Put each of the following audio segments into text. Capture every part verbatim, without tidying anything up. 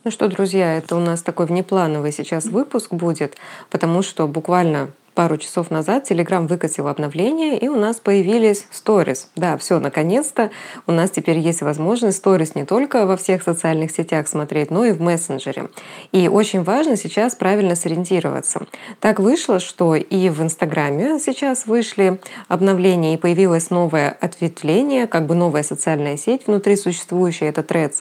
Ну что, друзья, это у нас такой внеплановый сейчас выпуск будет, потому что буквально пару часов назад Telegram выкатил обновление, и у нас появились сторис. Да, все, наконец-то у нас теперь есть возможность сторис не только во всех социальных сетях смотреть, но и в мессенджере. И очень важно сейчас правильно сориентироваться. Так вышло, что и в Инстаграме сейчас вышли обновления, и появилось новое ответвление, как бы новая социальная сеть внутри существующей, это Threads.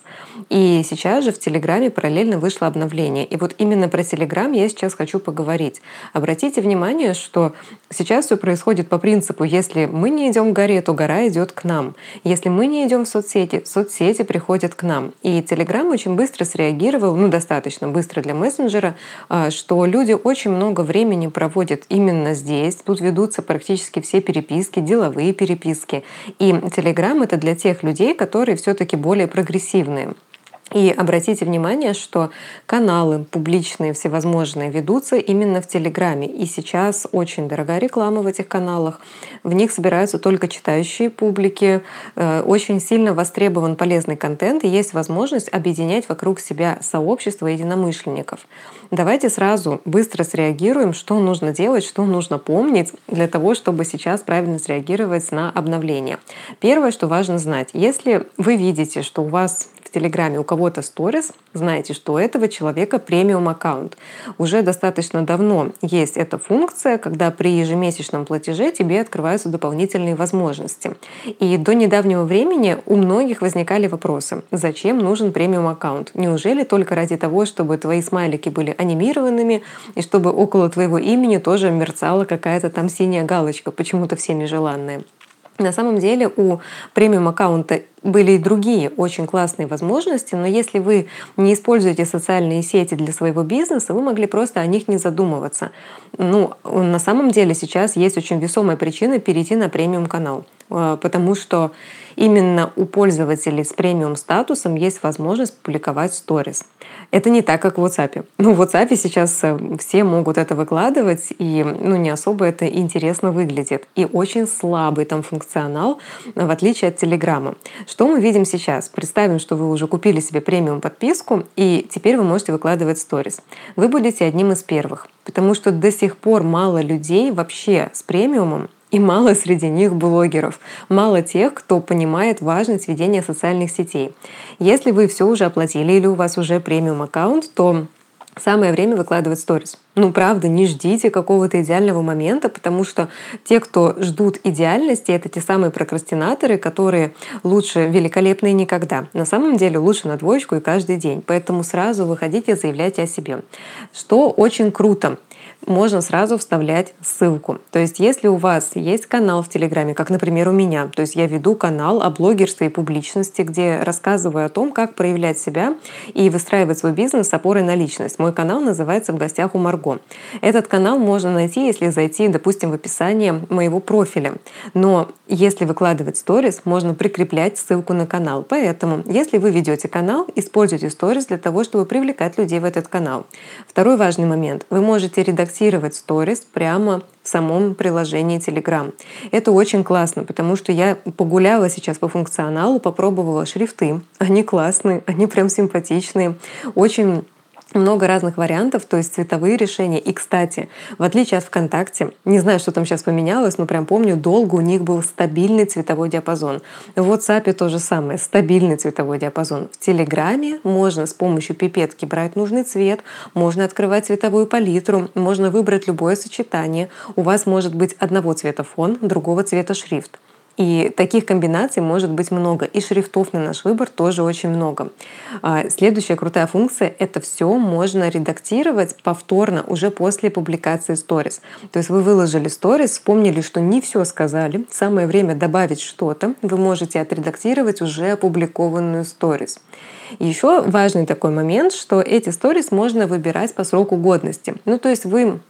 И сейчас же в Телеграме параллельно вышло обновление. И вот именно про Телеграм я сейчас хочу поговорить. Обратите внимание, что сейчас все происходит по принципу: если мы не идем к горе, то гора идет к нам. Если мы не идем в соцсети, соцсети приходят к нам. И Телеграм очень быстро среагировал, ну достаточно быстро для мессенджера, а, что люди очень много времени проводят именно здесь. Тут ведутся практически все переписки, деловые переписки. И Телеграм — это для тех людей, которые все-таки более прогрессивные. И обратите внимание, что каналы публичные всевозможные ведутся именно в Телеграме. И сейчас очень дорогая реклама в этих каналах. В них собираются только читающие публики. Э, Очень сильно востребован полезный контент, и есть возможность объединять вокруг себя сообщество единомышленников. Давайте сразу быстро среагируем, что нужно делать, что нужно помнить для того, чтобы сейчас правильно среагировать на обновление. Первое, что важно знать: если вы видите, что у вас в Телеграме у кого-то сторис, знайте, что у этого человека премиум аккаунт. Уже достаточно давно есть эта функция, когда при ежемесячном платеже тебе открываются дополнительные возможности. И до недавнего времени у многих возникали вопросы: зачем нужен премиум аккаунт? Неужели только ради того, чтобы твои смайлики были анимированными и чтобы около твоего имени тоже мерцала какая-то там синяя галочка, почему-то всеми желанная? На самом деле у премиум-аккаунта были и другие очень классные возможности, но если вы не используете социальные сети для своего бизнеса, вы могли просто о них не задумываться. Ну, на самом деле сейчас есть очень весомая причина перейти на премиум-канал, э, потому что именно у пользователей с премиум-статусом есть возможность публиковать сторис. Это не так, как в WhatsApp. Ну, в WhatsApp сейчас э, все могут это выкладывать, и ну, не особо это интересно выглядит. И очень слабый там функционал, в отличие от Телеграма. Что мы видим сейчас? Представим, что вы уже купили себе премиум подписку, и теперь вы можете выкладывать сторис. Вы будете одним из первых, потому что до сих пор мало людей вообще с премиумом, и мало среди них блогеров, мало тех, кто понимает важность ведения социальных сетей. Если вы все уже оплатили или у вас уже премиум аккаунт, то самое время выкладывать сторис. Ну, правда, не ждите какого-то идеального момента, потому что те, кто ждут идеальности, это те самые прокрастинаторы, которые лучше великолепно и никогда. На самом деле лучше на двоечку и каждый день. Поэтому сразу выходите и заявляйте о себе. Что очень круто: можно сразу вставлять ссылку. То есть если у вас есть канал в Телеграме, как, например, у меня, то есть я веду канал о блогерстве и публичности, где рассказываю о том, как проявлять себя и выстраивать свой бизнес с опорой на личность. Мой канал называется «В гостях у Марго». Этот канал можно найти, если зайти, допустим, в описание моего профиля. Но если выкладывать сторис, можно прикреплять ссылку на канал. Поэтому, если вы ведете канал, используйте сторис для того, чтобы привлекать людей в этот канал. Второй важный момент: вы можете редактировать сторис прямо в самом приложении Telegram. Это очень классно, потому что я погуляла сейчас по функционалу, попробовала шрифты. Они классные, они прям симпатичные, очень много разных вариантов, то есть цветовые решения. И, кстати, в отличие от ВКонтакте, не знаю, что там сейчас поменялось, но прям помню, долго у них был стабильный цветовой диапазон. В WhatsApp то же самое, стабильный цветовой диапазон. В Телеграме можно с помощью пипетки брать нужный цвет, можно открывать цветовую палитру, можно выбрать любое сочетание. У вас может быть одного цвета фон, другого цвета шрифт. И таких комбинаций может быть много. И шрифтов на наш выбор тоже очень много. А Следующая крутая функция — это все можно редактировать повторно уже после публикации сторис. То есть вы выложили сторис, вспомнили, что не все сказали, самое время добавить что-то, вы можете отредактировать уже опубликованную сторис. Еще важный такой момент, что эти сторис можно выбирать по сроку годности. Ну, то есть вы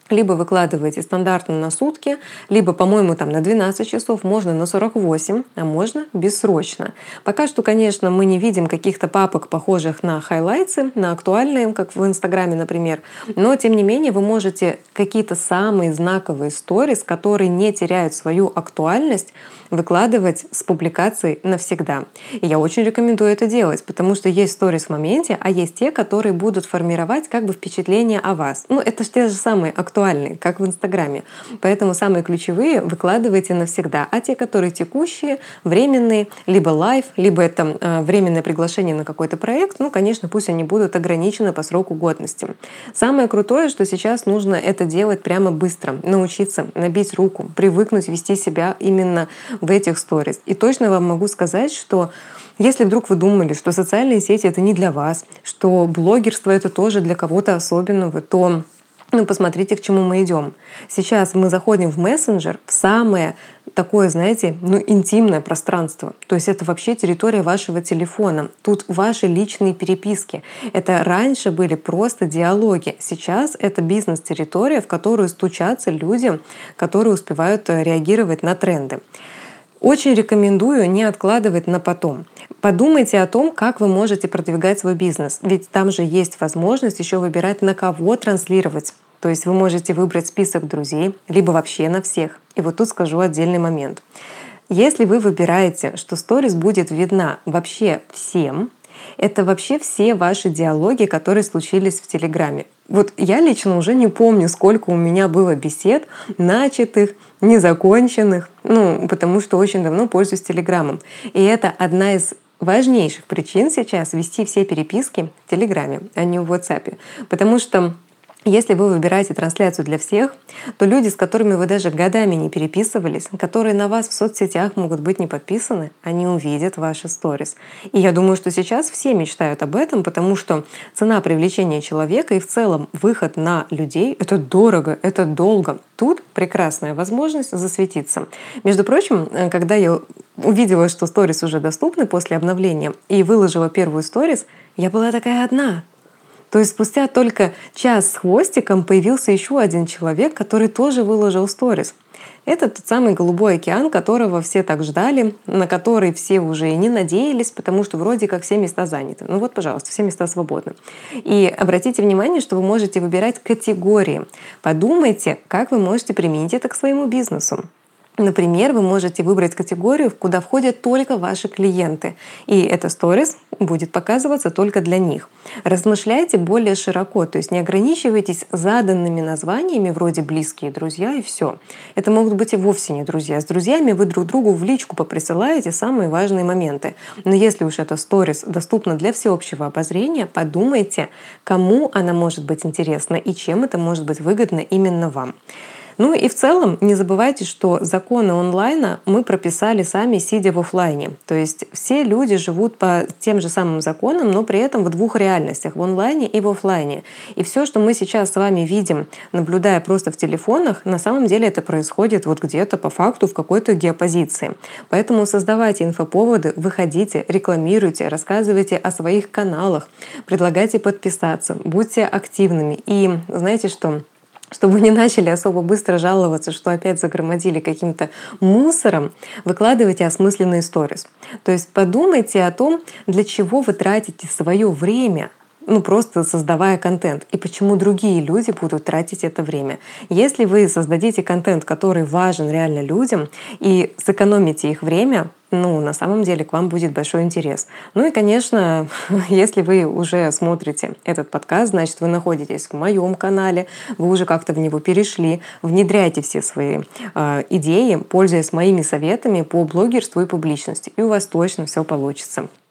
Либо выкладываете стандартно на сутки, либо, по-моему, там на двенадцать часов, можно на сорок восемь, а можно бессрочно. Пока что, конечно, мы не видим каких-то папок, похожих на хайлайтсы, на актуальные, как в Инстаграме, например. Но, тем не менее, вы можете какие-то самые знаковые сторис, которые не теряют свою актуальность, выкладывать с публикацией навсегда. И я очень рекомендую это делать, потому что есть сторис в моменте, а есть те, которые будут формировать как бы впечатление о вас. Ну, это же те же самые актуальные, как в Инстаграме. Поэтому самые ключевые выкладывайте навсегда, а те, которые текущие, временные, либо лайв, либо это э, временное приглашение на какой-то проект, ну, конечно, пусть они будут ограничены по сроку годности. Самое крутое, что сейчас нужно это делать прямо быстро, научиться набить руку, привыкнуть вести себя именно в этих сторис. И точно вам могу сказать, что если вдруг вы думали, что социальные сети — это не для вас, что блогерство — это тоже для кого-то особенного, то ну, посмотрите, к чему мы идем. Сейчас мы заходим в мессенджер, в самое такое, знаете, ну, интимное пространство. То есть это вообще территория вашего телефона. Тут ваши личные переписки. Это раньше были просто диалоги. Сейчас это бизнес-территория, в которую стучатся люди, которые успевают реагировать на тренды. Очень рекомендую не откладывать на потом. Подумайте о том, как вы можете продвигать свой бизнес. Ведь там же есть возможность еще выбирать, на кого транслировать. То есть вы можете выбрать список друзей, либо вообще на всех. И вот тут скажу отдельный момент. Если вы выбираете, что сторис будет видна вообще всем, это вообще все ваши диалоги, которые случились в Телеграме. Вот я лично уже не помню, сколько у меня было бесед, начатых, незаконченных, ну, потому что очень давно пользуюсь Телеграмом. И это одна из важнейших причин сейчас вести все переписки в Телеграме, а не в WhatsApp. Потому что если вы выбираете трансляцию для всех, то люди, с которыми вы даже годами не переписывались, которые на вас в соцсетях могут быть не подписаны, они увидят ваши сторис. И я думаю, что сейчас все мечтают об этом, потому что цена привлечения человека и в целом выход на людей — это дорого, это долго. Тут прекрасная возможность засветиться. Между прочим, когда я увидела, что сторис уже доступны после обновления, и выложила первую сторис, я была такая одна. То есть спустя только час с хвостиком появился еще один человек, который тоже выложил сторис. Это тот самый голубой океан, которого все так ждали, на который все уже и не надеялись, потому что вроде как все места заняты. Ну вот, пожалуйста, все места свободны. И обратите внимание, что вы можете выбирать категории. Подумайте, как вы можете применить это к своему бизнесу. Например, вы можете выбрать категорию, куда входят только ваши клиенты. И эта сторис будет показываться только для них. Размышляйте более широко, то есть не ограничивайтесь заданными названиями вроде «близкие друзья» и все. Это могут быть и вовсе не друзья. С друзьями вы друг другу в личку поприсылаете самые важные моменты. Но если уж эта сторис доступна для всеобщего обозрения, подумайте, кому она может быть интересна и чем это может быть выгодно именно вам. Ну и в целом не забывайте, что законы онлайна мы прописали сами, сидя в офлайне. То есть все люди живут по тем же самым законам, но при этом в двух реальностях — в онлайне и в офлайне. И все, что мы сейчас с вами видим, наблюдая просто в телефонах, на самом деле это происходит вот где-то по факту в какой-то геопозиции. Поэтому создавайте инфоповоды, выходите, рекламируйте, рассказывайте о своих каналах, предлагайте подписаться, будьте активными. И знаете что? Чтобы вы не начали особо быстро жаловаться, что опять загроmadили каким-то мусором, выкладывайте осмысленные сторис. То есть подумайте о том, для чего вы тратите свое время, ну просто создавая контент, и почему другие люди будут тратить это время. Если вы создадите контент, который важен реально людям, и сэкономите их время, ну, на самом деле к вам будет большой интерес. Ну и, конечно, если вы уже смотрите этот подкаст, значит, вы находитесь в моем канале, вы уже как-то в него перешли, внедряйте все свои э, идеи, пользуясь моими советами по блогерству и публичности, и у вас точно все получится.